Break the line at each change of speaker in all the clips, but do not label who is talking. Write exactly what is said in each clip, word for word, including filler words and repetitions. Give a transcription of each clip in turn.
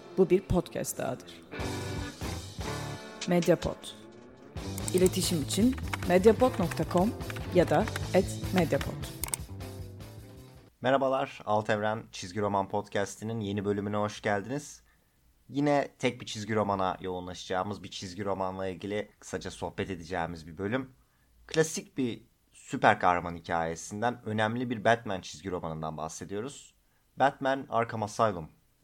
Bu bir podcast dahadır. Mediapod. İletişim için mediapod nokta com ya da et mediapod.
Merhabalar, Alt Evren Çizgi Roman Podcast'inin yeni bölümüne hoş geldiniz. Yine tek bir çizgi romana yoğunlaşacağımız, bir çizgi romanla ilgili kısaca sohbet edeceğimiz bir bölüm. Klasik bir süper kahraman hikayesinden, önemli bir Batman çizgi romanından bahsediyoruz. Batman Arkham Asylum,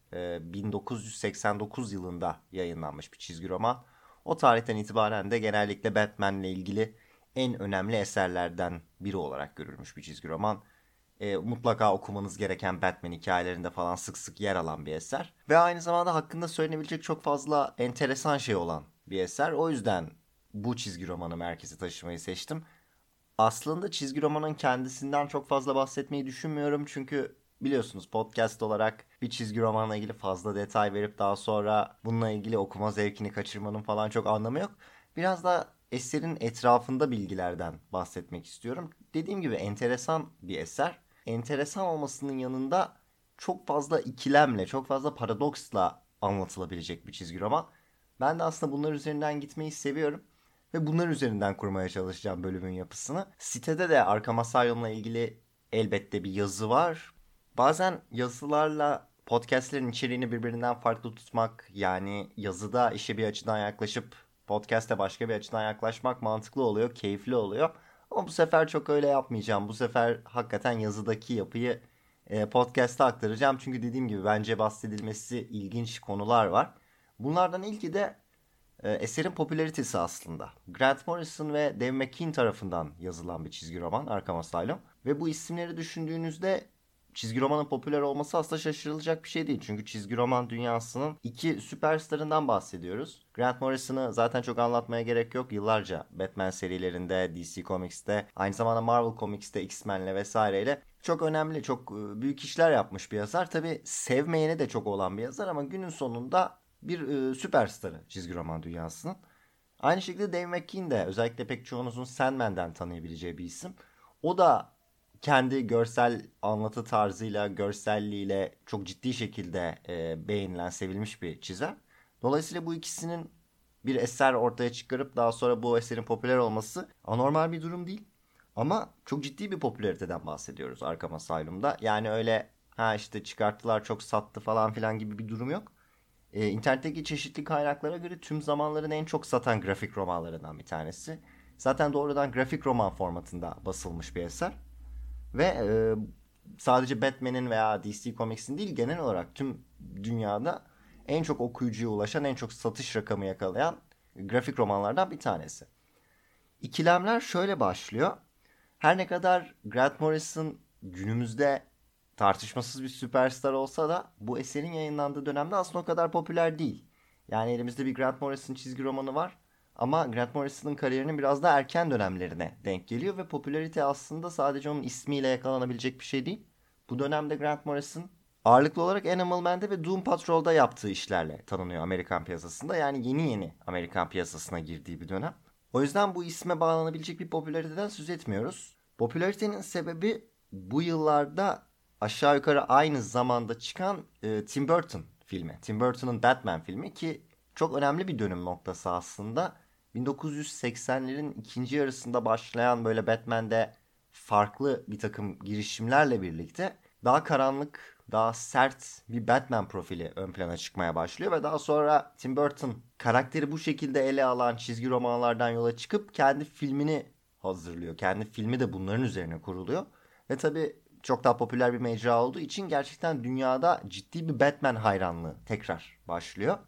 bin dokuz yüz seksen dokuz yılında yayınlanmış bir çizgi roman. O tarihten itibaren de genellikle Batman'le ilgili en önemli eserlerden biri olarak görülmüş bir çizgi roman. E, mutlaka okumanız gereken Batman hikayelerinde falan sık sık yer alan bir eser. Ve aynı zamanda hakkında söylenebilecek çok fazla enteresan şey olan bir eser. O yüzden bu çizgi romanı merkeze taşımayı seçtim. Aslında çizgi romanın kendisinden çok fazla bahsetmeyi düşünmüyorum. Çünkü biliyorsunuz podcast olarak bir çizgi romanla ilgili fazla detay verip daha sonra bununla ilgili okuma zevkini kaçırmanın falan çok anlamı yok. Biraz da eserin etrafında bilgilerden bahsetmek istiyorum. Dediğim gibi enteresan bir eser. Enteresan olmasının yanında çok fazla ikilemle, çok fazla paradoksla anlatılabilecek bir çizgi roman. Ben de aslında bunlar üzerinden gitmeyi seviyorum. Ve bunlar üzerinden kurmaya çalışacağım bölümün yapısını. Sitede de Arkham Asylum'la ilgili elbette bir yazı var. Bazen yazılarla podcastlerin içeriğini birbirinden farklı tutmak, yani yazıda işe bir açıdan yaklaşıp podcast'te başka bir açıdan yaklaşmak mantıklı oluyor, keyifli oluyor. Ama bu sefer çok öyle yapmayacağım. Bu sefer hakikaten yazıdaki yapıyı e, podcast'a aktaracağım. Çünkü dediğim gibi bence bahsedilmesi ilginç konular var. Bunlardan ilki de e, eserin popülaritesi aslında. Grant Morrison ve Dave McKean tarafından yazılan bir çizgi roman Arkham Asylum. Ve bu isimleri düşündüğünüzde çizgi romanın popüler olması aslında şaşırılacak bir şey değil. Çünkü çizgi roman dünyasının iki süperstarından bahsediyoruz. Grant Morrison'ı zaten çok anlatmaya gerek yok. Yıllarca Batman serilerinde, D C Comics'te, aynı zamanda Marvel Comics'te, X-Men'le vesaireyle çok önemli, çok büyük işler yapmış bir yazar. Tabii sevmeyeni de çok olan bir yazar ama günün sonunda bir e, süperstarı çizgi roman dünyasının. Aynı şekilde Dave McKean de özellikle pek çoğunuzun Sandman'den tanıyabileceği bir isim. O da kendi görsel anlatı tarzıyla, görselliğiyle çok ciddi şekilde e, beğenilen, sevilmiş bir çizer. Dolayısıyla bu ikisinin bir eser ortaya çıkarıp daha sonra bu eserin popüler olması anormal bir durum değil. Ama çok ciddi bir popülariteden bahsediyoruz Arkham Asylum'da. Yani öyle ha işte çıkarttılar çok sattı falan filan gibi bir durum yok. Ee, internetteki çeşitli kaynaklara göre tüm zamanların en çok satan grafik romanlarından bir tanesi. Zaten doğrudan grafik roman formatında basılmış bir eser. Ve e, sadece Batman'in veya D C Comics'in değil genel olarak tüm dünyada en çok okuyucuya ulaşan, en çok satış rakamı yakalayan grafik romanlardan bir tanesi. İkilemler şöyle başlıyor. Her ne kadar Grant Morrison günümüzde tartışmasız bir süperstar olsa da bu eserin yayınlandığı dönemde aslında o kadar popüler değil. Yani elimizde bir Grant Morrison çizgi romanı var ama Grant Morrison'ın kariyerinin biraz daha erken dönemlerine denk geliyor ve popülarite aslında sadece onun ismiyle yakalanabilecek bir şey değil. Bu dönemde Grant Morrison ağırlıklı olarak Animal Man'de ve Doom Patrol'da yaptığı işlerle tanınıyor Amerikan piyasasında. Yani yeni yeni Amerikan piyasasına girdiği bir dönem. O yüzden bu isme bağlanabilecek bir popülariteden söz etmiyoruz. Popülaritenin sebebi bu yıllarda aşağı yukarı aynı zamanda çıkan e, Tim Burton filmi. Tim Burton'ın Batman filmi ki çok önemli bir dönüm noktası aslında. bin dokuz yüz seksenlerin ikinci yarısında başlayan böyle Batman'de farklı bir takım girişimlerle birlikte daha karanlık, daha sert bir Batman profili ön plana çıkmaya başlıyor ve daha sonra Tim Burton karakteri bu şekilde ele alan çizgi romanlardan yola çıkıp kendi filmini hazırlıyor. Kendi filmi de bunların üzerine kuruluyor. Ve tabii çok daha popüler bir mecra olduğu için gerçekten dünyada ciddi bir Batman hayranlığı tekrar başlıyor.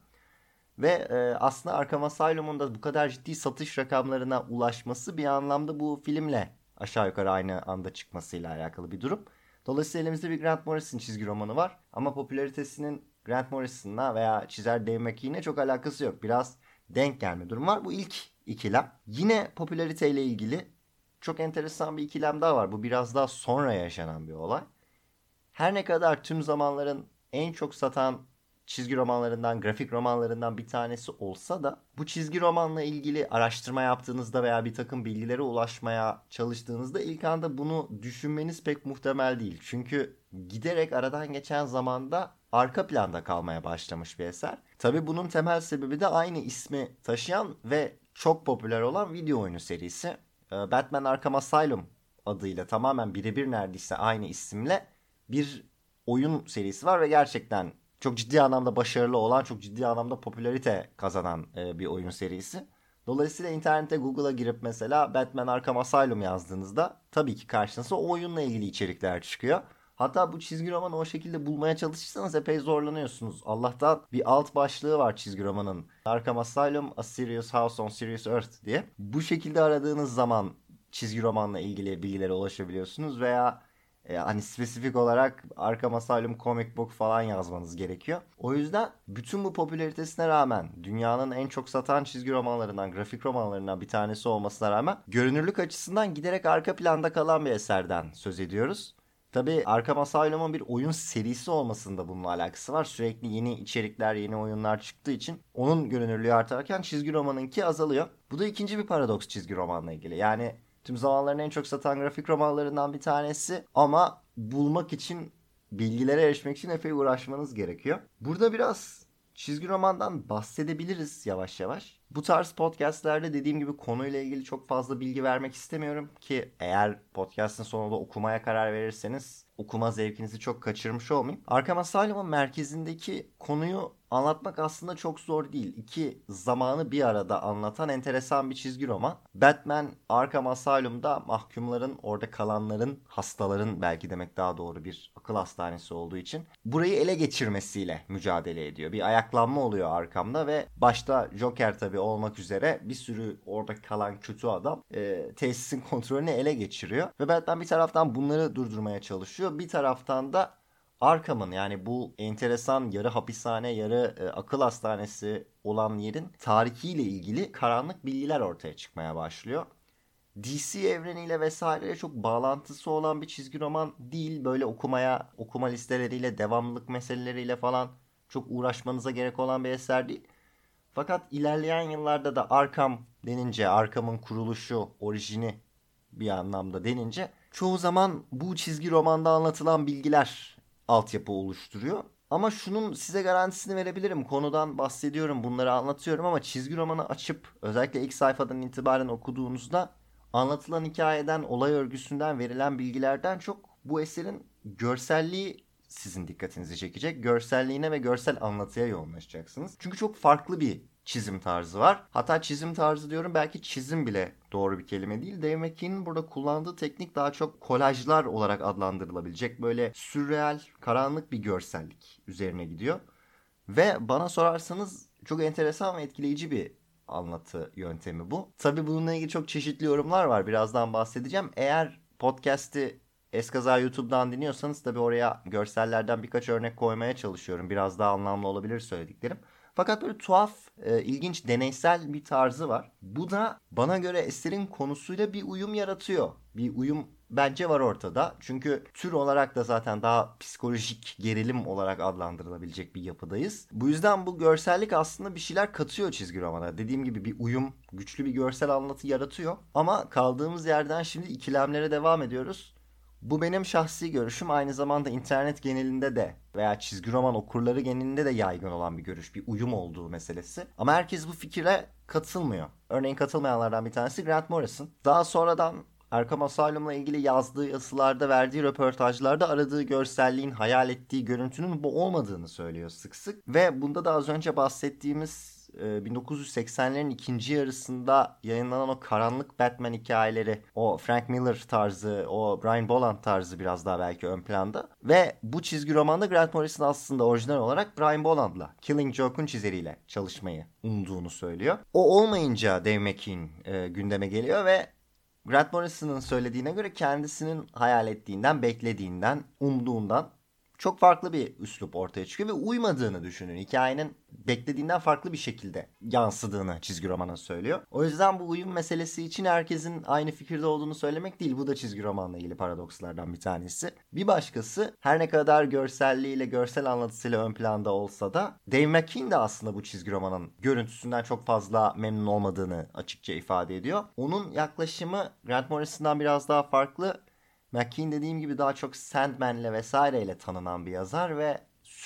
Ve e, aslında Arkham Asylum'un da bu kadar ciddi satış rakamlarına ulaşması bir anlamda bu filmle aşağı yukarı aynı anda çıkmasıyla alakalı bir durum. Dolayısıyla elimizde bir Grant Morrison çizgi romanı var. Ama popülaritesinin Grant Morrison'la veya çizer Dave McKean'e çok alakası yok. Biraz denk gelme durum var. Bu ilk ikilem. Yine popülariteyle ilgili çok enteresan bir ikilem daha var. Bu biraz daha sonra yaşanan bir olay. Her ne kadar tüm zamanların en çok satan çizgi romanlarından, grafik romanlarından bir tanesi olsa da bu çizgi romanla ilgili araştırma yaptığınızda veya bir takım bilgilere ulaşmaya çalıştığınızda ilk anda bunu düşünmeniz pek muhtemel değil. Çünkü giderek aradan geçen zamanda arka planda kalmaya başlamış bir eser. Tabii bunun temel sebebi de aynı ismi taşıyan ve çok popüler olan video oyunu serisi. Batman Arkham Asylum adıyla tamamen birebir neredeyse aynı isimle bir oyun serisi var ve gerçekten çok ciddi anlamda başarılı olan, çok ciddi anlamda popülarite kazanan bir oyun serisi. Dolayısıyla internete Google'a girip mesela Batman Arkham Asylum yazdığınızda tabii ki karşınıza o oyunla ilgili içerikler çıkıyor. Hatta bu çizgi romanı o şekilde bulmaya çalışırsanız epey zorlanıyorsunuz. Allah'tan bir alt başlığı var çizgi romanın. Arkham Asylum, A Serious House on Serious Earth diye. Bu şekilde aradığınız zaman çizgi romanla ilgili bilgilere ulaşabiliyorsunuz veya e, hani spesifik olarak Arkham Asylum Comic Book falan yazmanız gerekiyor. O yüzden bütün bu popülaritesine rağmen dünyanın en çok satan çizgi romanlarından, grafik romanlarından bir tanesi olmasına rağmen görünürlük açısından giderek arka planda kalan bir eserden söz ediyoruz. Tabii Arkham Asylum'un bir oyun serisi olmasında bununla alakası var. Sürekli yeni içerikler, yeni oyunlar çıktığı için onun görünürlüğü artarken çizgi romanınki azalıyor. Bu da ikinci bir paradoks çizgi romanla ilgili. Yani tüm zamanların en çok satan grafik romanlarından bir tanesi ama bulmak için, bilgilere erişmek için epey uğraşmanız gerekiyor. Burada biraz çizgi romandan bahsedebiliriz yavaş yavaş. Bu tarz podcastlerde dediğim gibi konuyla ilgili çok fazla bilgi vermek istemiyorum ki eğer podcastın sonunda okumaya karar verirseniz okuma zevkinizi çok kaçırmış olmayayım. Arkham Asylum'un merkezindeki konuyu anlatmak aslında çok zor değil. İki zamanı bir arada anlatan enteresan bir çizgi roman. Batman Arkham Asylum'da mahkumların, orada kalanların, hastaların belki demek daha doğru, bir akıl hastanesi olduğu için burayı ele geçirmesiyle mücadele ediyor. Bir ayaklanma oluyor Arkham'da ve başta Joker tabii olmak üzere bir sürü orada kalan kötü adam e, tesisin kontrolünü ele geçiriyor. Ve Batman bir taraftan bunları durdurmaya çalışıyor. Bir taraftan da Arkham'ın, yani bu enteresan yarı hapishane yarı e, akıl hastanesi olan yerin tarihiyle ilgili karanlık bilgiler ortaya çıkmaya başlıyor. D C evreniyle vesaireyle çok bağlantısı olan bir çizgi roman değil. Böyle okumaya, okuma listeleriyle, devamlılık meseleleriyle falan çok uğraşmanıza gerek olan bir eser değil. Fakat ilerleyen yıllarda da Arkham denince, Arkham'ın kuruluşu, orijini bir anlamda denince çoğu zaman bu çizgi romanda anlatılan bilgiler altyapı oluşturuyor. Ama şunun size garantisini verebilirim. Konudan bahsediyorum, bunları anlatıyorum ama çizgi romanı açıp özellikle ilk sayfadan itibaren okuduğunuzda anlatılan hikayeden, olay örgüsünden verilen bilgilerden çok bu eserin görselliği sizin dikkatinizi çekecek. Görselliğine ve görsel anlatıya yoğunlaşacaksınız. Çünkü çok farklı bir çizim tarzı var. Hatta çizim tarzı diyorum, belki çizim bile doğru bir kelime değil. Dave McKean'ın burada kullandığı teknik daha çok kolajlar olarak adlandırılabilecek böyle sürreal, karanlık bir görsellik üzerine gidiyor. Ve bana sorarsanız çok enteresan ve etkileyici bir anlatı yöntemi bu. Tabii bununla ilgili çok çeşitli yorumlar var. Birazdan bahsedeceğim. Eğer podcast'i eskaza YouTube'dan dinliyorsanız tabii oraya görsellerden birkaç örnek koymaya çalışıyorum. Biraz daha anlamlı olabilir söylediklerim. Fakat böyle tuhaf, e, ilginç, deneysel bir tarzı var. Bu da bana göre eserin konusuyla bir uyum yaratıyor. Bir uyum bence var ortada. Çünkü tür olarak da zaten daha psikolojik gerilim olarak adlandırılabilecek bir yapıdayız. Bu yüzden bu görsellik aslında bir şeyler katıyor çizgi romana. Dediğim gibi bir uyum, güçlü bir görsel anlatı yaratıyor. Ama kaldığımız yerden şimdi ikilemlere devam ediyoruz. Bu benim şahsi görüşüm, aynı zamanda internet genelinde de veya çizgi roman okurları genelinde de yaygın olan bir görüş, bir uyum olduğu meselesi. Ama herkes bu fikre katılmıyor. Örneğin katılmayanlardan bir tanesi Grant Morrison. Daha sonradan Arkham Asylum'la ilgili yazdığı yazılarda, verdiği röportajlarda aradığı görselliğin, hayal ettiği görüntünün bu olmadığını söylüyor sık sık. Ve bunda da az önce bahsettiğimiz bin dokuz yüz seksenlerin ikinci yarısında yayınlanan o karanlık Batman hikayeleri, o Frank Miller tarzı, o Brian Boland tarzı biraz daha belki ön planda. Ve bu çizgi romanda Grant Morrison aslında orijinal olarak Brian Boland'la, Killing Joke'un çizeriyle çalışmayı umduğunu söylüyor. O olmayınca Dave McKean e, gündeme geliyor ve Grant Morrison'ın söylediğine göre kendisinin hayal ettiğinden, beklediğinden, umduğundan çok farklı bir üslup ortaya çıkıyor ve uymadığını düşünün. Hikayenin beklediğinden farklı bir şekilde yansıdığını çizgi romana söylüyor. O yüzden bu uyum meselesi için herkesin aynı fikirde olduğunu söylemek değil. Bu da çizgi romanla ilgili paradokslardan bir tanesi. Bir başkası, her ne kadar görselliğiyle, görsel anlatısıyla ön planda olsa da Dave McKean de aslında bu çizgi romanın görüntüsünden çok fazla memnun olmadığını açıkça ifade ediyor. Onun yaklaşımı Grant Morrison'dan biraz daha farklı. McKean dediğim gibi daha çok Sandman'le vesaireyle tanınan bir yazar ve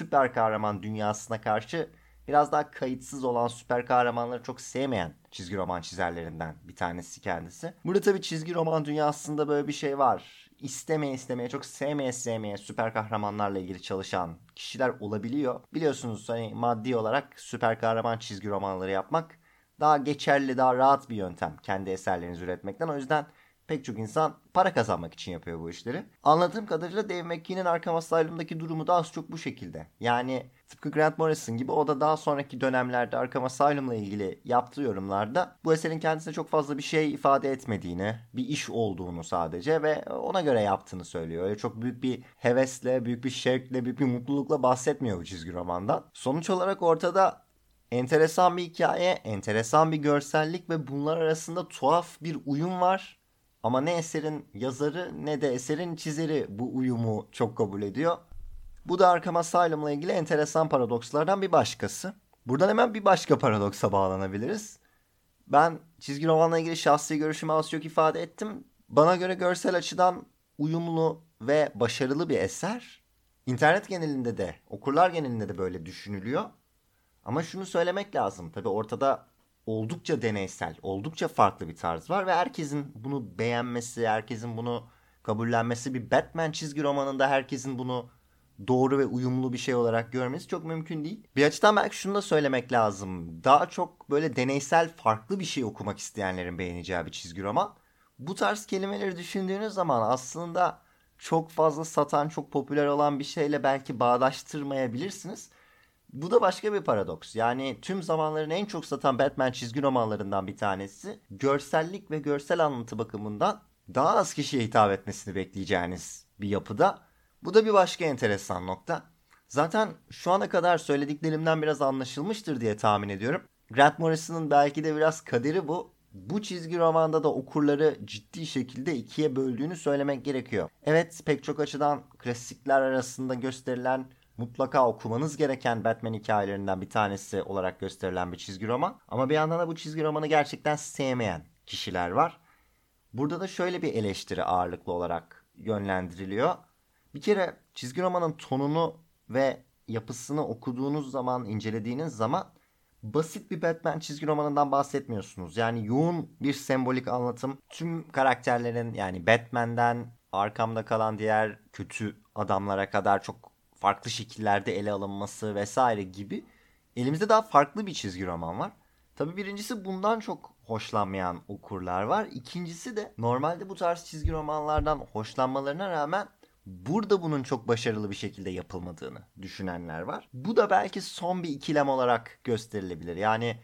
süper kahraman dünyasına karşı biraz daha kayıtsız olan, süper kahramanları çok sevmeyen çizgi roman çizerlerinden bir tanesi kendisi. Burada tabii çizgi roman dünyasında böyle bir şey var. İstemeye istemeye, çok sevmeye sevmeye süper kahramanlarla ilgili çalışan kişiler olabiliyor. Biliyorsunuz hani maddi olarak süper kahraman çizgi romanları yapmak daha geçerli, daha rahat bir yöntem kendi eserlerinizi üretmekten. O yüzden pek çok insan para kazanmak için yapıyor bu işleri. Anladığım kadarıyla Dave McKean'in Arkham Asylum'daki durumu da az çok bu şekilde. Yani tıpkı Grant Morrison gibi o da daha sonraki dönemlerde Arkham Asylum'la ilgili yaptığı yorumlarda bu eserin kendisine çok fazla bir şey ifade etmediğini, bir iş olduğunu sadece ve ona göre yaptığını söylüyor. Öyle çok büyük bir hevesle, büyük bir şevkle, büyük bir mutlulukla bahsetmiyor bu çizgi romandan. Sonuç olarak ortada enteresan bir hikaye, enteresan bir görsellik ve bunlar arasında tuhaf bir uyum var. Ama ne eserin yazarı ne de eserin çizeri bu uyumu çok kabul ediyor. Bu da Arkham Asylum'la ilgili enteresan paradokslardan bir başkası. Buradan hemen bir başka paradoksa bağlanabiliriz. Ben çizgi romanla ilgili şahsi görüşümü az çok ifade ettim. Bana göre görsel açıdan uyumlu ve başarılı bir eser. İnternet genelinde de, okurlar genelinde de böyle düşünülüyor. Ama şunu söylemek lazım. Tabii ortada oldukça deneysel, oldukça farklı bir tarz var ve herkesin bunu beğenmesi, herkesin bunu kabullenmesi, bir Batman çizgi romanında herkesin bunu doğru ve uyumlu bir şey olarak görmesi çok mümkün değil. Bir açıdan belki şunu da söylemek lazım. Daha çok böyle deneysel, farklı bir şey okumak isteyenlerin beğeneceği bir çizgi roman. Bu tarz kelimeleri düşündüğünüz zaman aslında çok fazla satan, çok popüler olan bir şeyle belki bağdaştırmayabilirsiniz. Bu da başka bir paradoks. Yani tüm zamanların en çok satan Batman çizgi romanlarından bir tanesi. Görsellik ve görsel anlatı bakımından daha az kişiye hitap etmesini bekleyeceğiniz bir yapıda. Bu da bir başka enteresan nokta. Zaten şu ana kadar söylediklerimden biraz anlaşılmıştır diye tahmin ediyorum. Grant Morrison'ın belki de biraz kaderi bu. Bu çizgi romanda da okurları ciddi şekilde ikiye böldüğünü söylemek gerekiyor. Evet, pek çok açıdan klasikler arasında gösterilen, mutlaka okumanız gereken Batman hikayelerinden bir tanesi olarak gösterilen bir çizgi roman. Ama bir yandan da bu çizgi romanı gerçekten sevmeyen kişiler var. Burada da şöyle bir eleştiri ağırlıklı olarak yönlendiriliyor. Bir kere çizgi romanın tonunu ve yapısını okuduğunuz zaman, incelediğiniz zaman basit bir Batman çizgi romanından bahsetmiyorsunuz. Yani yoğun bir sembolik anlatım, tüm karakterlerin, yani Batman'den Arkham'da kalan diğer kötü adamlara kadar çok farklı şekillerde ele alınması vesaire gibi elimizde daha farklı bir çizgi roman var. Tabii birincisi bundan çok hoşlanmayan okurlar var. İkincisi de normalde bu tarz çizgi romanlardan hoşlanmalarına rağmen burada bunun çok başarılı bir şekilde yapılmadığını düşünenler var. Bu da belki son bir ikilem olarak gösterilebilir. Yani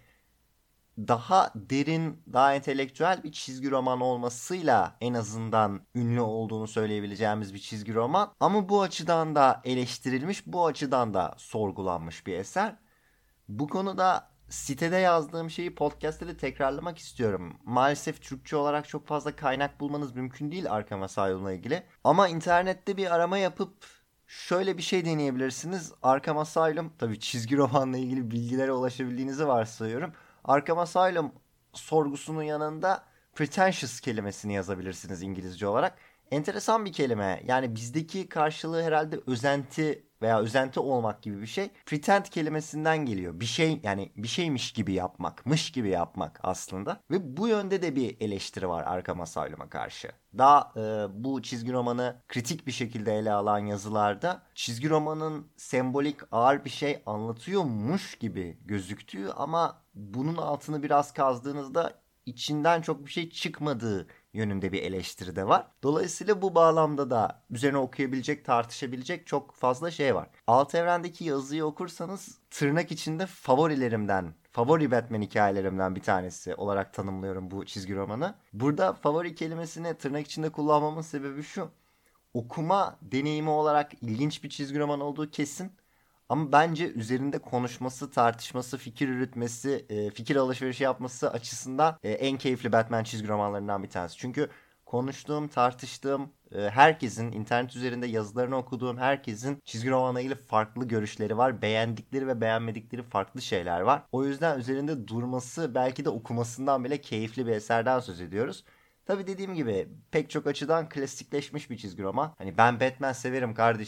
daha derin, daha entelektüel bir çizgi roman olmasıyla en azından ünlü olduğunu söyleyebileceğimiz bir çizgi roman. Ama bu açıdan da eleştirilmiş, bu açıdan da sorgulanmış bir eser. Bu konuda sitede yazdığım şeyi podcast'te de tekrarlamak istiyorum. Maalesef Türkçe olarak çok fazla kaynak bulmanız mümkün değil Arkham Asylum'la ilgili. Ama internette bir arama yapıp şöyle bir şey deneyebilirsiniz. Arkham Asylum, tabii çizgi romanla ilgili bilgilere ulaşabildiğinizi varsayıyorum. Arkham Asylum sorgusunun yanında pretentious kelimesini yazabilirsiniz İngilizce olarak. Enteresan bir kelime. Yani bizdeki karşılığı herhalde özenti veya özenti olmak gibi bir şey. Pretend kelimesinden geliyor. Bir şey, yani bir şeymiş gibi yapmak, mış gibi yapmak aslında. Ve bu yönde de bir eleştiri var Arkham Asylum'a karşı. Daha e, bu çizgi romanı kritik bir şekilde ele alan yazılarda çizgi romanın sembolik ağır bir şey anlatıyormuş gibi gözüktüğü ama bunun altını biraz kazdığınızda içinden çok bir şey çıkmadığı yönünde bir eleştiri de var. Dolayısıyla bu bağlamda da üzerine okuyabilecek, tartışabilecek çok fazla şey var. Alt evrendeki yazıyı okursanız tırnak içinde favorilerimden, favori Batman hikayelerimden bir tanesi olarak tanımlıyorum bu çizgi romanı. Burada favori kelimesini tırnak içinde kullanmamın sebebi şu: okuma deneyimi olarak ilginç bir çizgi roman olduğu kesin. Ama bence üzerinde konuşması, tartışması, fikir yürütmesi, e, fikir alışverişi yapması açısından e, en keyifli Batman çizgi romanlarından bir tanesi. Çünkü konuştuğum, tartıştığım e, herkesin, internet üzerinde yazılarını okuduğum herkesin çizgi romanla ilgili farklı görüşleri var. Beğendikleri ve beğenmedikleri farklı şeyler var. O yüzden üzerinde durması, belki de okumasından bile keyifli bir eserden söz ediyoruz. Tabii dediğim gibi pek çok açıdan klasikleşmiş bir çizgi roman. Hani ben Batman severim kardeşim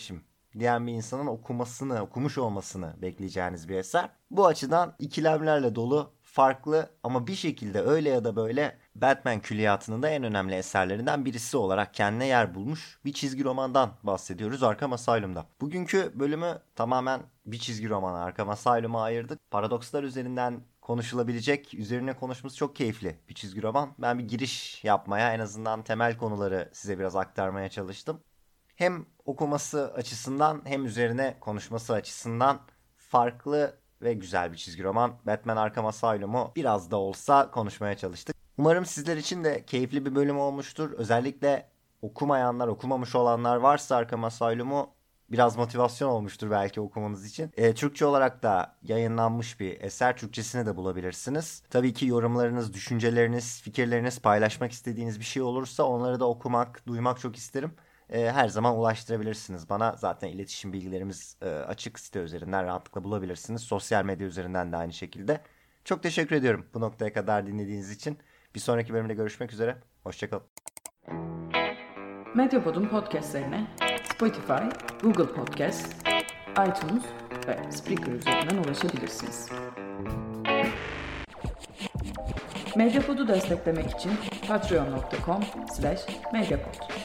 diyen bir insanın okumasını, okumuş olmasını bekleyeceğiniz bir eser. Bu açıdan ikilemlerle dolu, farklı ama bir şekilde öyle ya da böyle Batman külliyatının da en önemli eserlerinden birisi olarak kendine yer bulmuş bir çizgi romandan bahsediyoruz Arkham Asylum'da. Bugünkü bölümü tamamen bir çizgi romana, Arkham Asylum'a ayırdık. Paradokslar üzerinden konuşulabilecek, üzerine konuşması çok keyifli bir çizgi roman. Ben bir giriş yapmaya, en azından temel konuları size biraz aktarmaya çalıştım. Hem okuması açısından hem üzerine konuşması açısından farklı ve güzel bir çizgi roman. Batman Arkham Asylum'u biraz da olsa konuşmaya çalıştık. Umarım sizler için de keyifli bir bölüm olmuştur. Özellikle okumayanlar, okumamış olanlar varsa Arkham Asylum'u biraz motivasyon olmuştur belki okumanız için. E, Türkçe olarak da yayınlanmış bir eser. Türkçesini de bulabilirsiniz. Tabii ki yorumlarınız, düşünceleriniz, fikirleriniz, paylaşmak istediğiniz bir şey olursa onları da okumak, duymak çok isterim. E, her zaman ulaştırabilirsiniz bana. Zaten iletişim bilgilerimiz e, açık, site üzerinden rahatlıkla bulabilirsiniz. Sosyal medya üzerinden de aynı şekilde. Çok teşekkür ediyorum bu noktaya kadar dinlediğiniz için. Bir sonraki bölümde görüşmek üzere. Hoşçakalın.
Medyapod'un podcastlerine Spotify, Google Podcast, iTunes ve Spreaker üzerinden ulaşabilirsiniz. Medyapod'u desteklemek için patreon nokta com slash medyapod.